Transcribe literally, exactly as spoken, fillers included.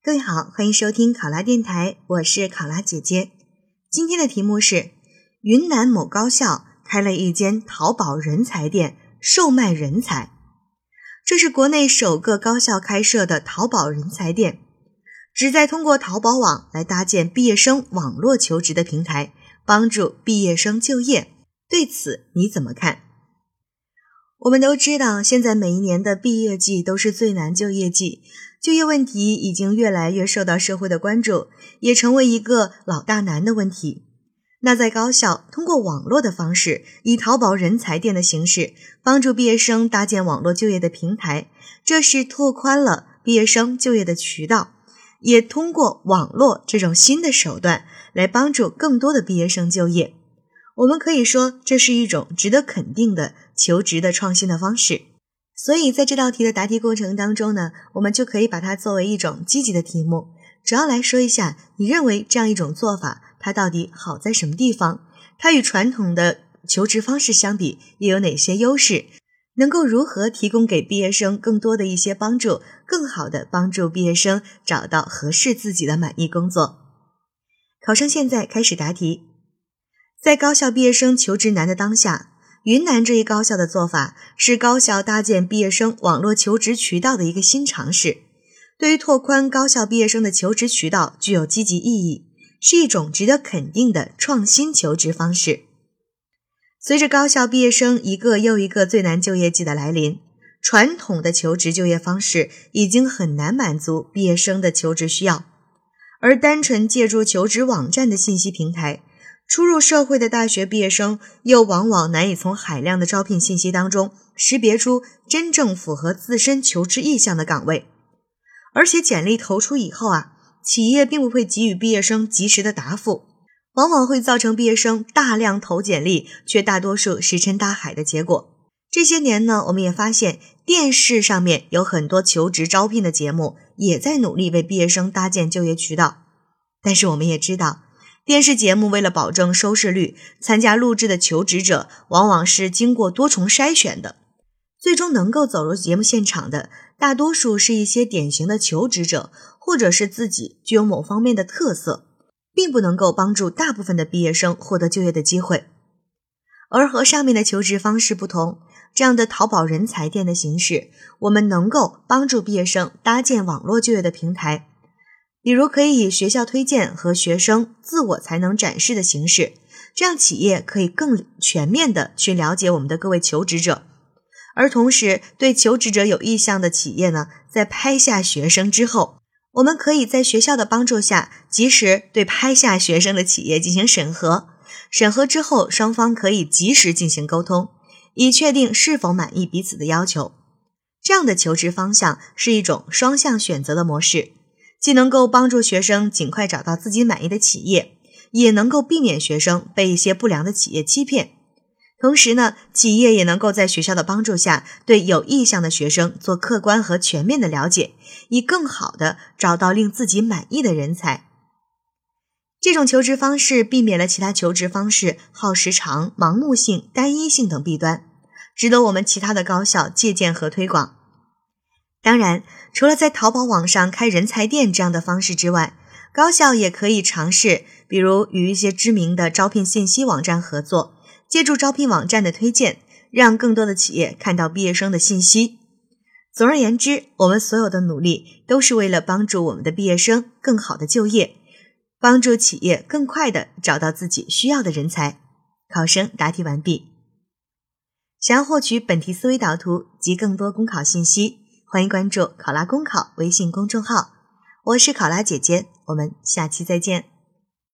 各位好，欢迎收听考拉电台，我是考拉姐姐。今天的题目是云南某高校开了一间淘宝人才店，售卖人才。这是国内首个高校开设的淘宝人才店，旨在通过淘宝网来搭建毕业生网络求职的平台，帮助毕业生就业。对此你怎么看？我们都知道，现在每一年的毕业季都是最难就业季，就业问题已经越来越受到社会的关注，也成为一个老大难的问题。那在高校通过网络的方式，以淘宝人才店的形式，帮助毕业生搭建网络就业的平台，这是拓宽了毕业生就业的渠道，也通过网络这种新的手段来帮助更多的毕业生就业。我们可以说，这是一种值得肯定的求职的创新的方式。所以在这道题的答题过程当中呢，我们就可以把它作为一种积极的题目，主要来说一下你认为这样一种做法它到底好在什么地方，它与传统的求职方式相比又有哪些优势，能够如何提供给毕业生更多的一些帮助，更好的帮助毕业生找到合适自己的满意工作。考生现在开始答题。在高校毕业生求职难的当下，云南这一高校的做法是高校搭建毕业生网络求职渠道的一个新尝试，对于拓宽高校毕业生的求职渠道具有积极意义，是一种值得肯定的创新求职方式。随着高校毕业生一个又一个最难就业季的来临，传统的求职就业方式已经很难满足毕业生的求职需要，而单纯借助求职网站的信息平台，初入社会的大学毕业生又往往难以从海量的招聘信息当中识别出真正符合自身求职意向的岗位。而且简历投出以后啊，企业并不会给予毕业生及时的答复，往往会造成毕业生大量投简历，却大多数石沉大海的结果。这些年呢，我们也发现电视上面有很多求职招聘的节目，也在努力为毕业生搭建就业渠道。但是我们也知道，电视节目为了保证收视率，参加录制的求职者往往是经过多重筛选的，最终能够走入节目现场的大多数是一些典型的求职者，或者是自己具有某方面的特色，并不能够帮助大部分的毕业生获得就业的机会。而和上面的求职方式不同，这样的淘宝人才店的形式，我们能够帮助毕业生搭建网络就业的平台，比如可以以学校推荐和学生自我才能展示的形式，这样企业可以更全面地去了解我们的各位求职者。而同时对求职者有意向的企业呢，在拍下学生之后，我们可以在学校的帮助下，及时对拍下学生的企业进行审核，审核之后双方可以及时进行沟通，以确定是否满意彼此的要求。这样的求职方向是一种双向选择的模式，既能够帮助学生尽快找到自己满意的企业，也能够避免学生被一些不良的企业欺骗。同时呢，企业也能够在学校的帮助下，对有意向的学生做客观和全面的了解，以更好的找到令自己满意的人才。这种求职方式避免了其他求职方式耗时长、盲目性、单一性等弊端，值得我们其他的高校借鉴和推广。当然，除了在淘宝网上开人才店这样的方式之外，高校也可以尝试，比如与一些知名的招聘信息网站合作，借助招聘网站的推荐，让更多的企业看到毕业生的信息。总而言之，我们所有的努力都是为了帮助我们的毕业生更好的就业，帮助企业更快地找到自己需要的人才。考生答题完毕。想要获取本题思维导图及更多公考信息，欢迎关注考拉公考微信公众号，我是考拉姐姐，我们下期再见。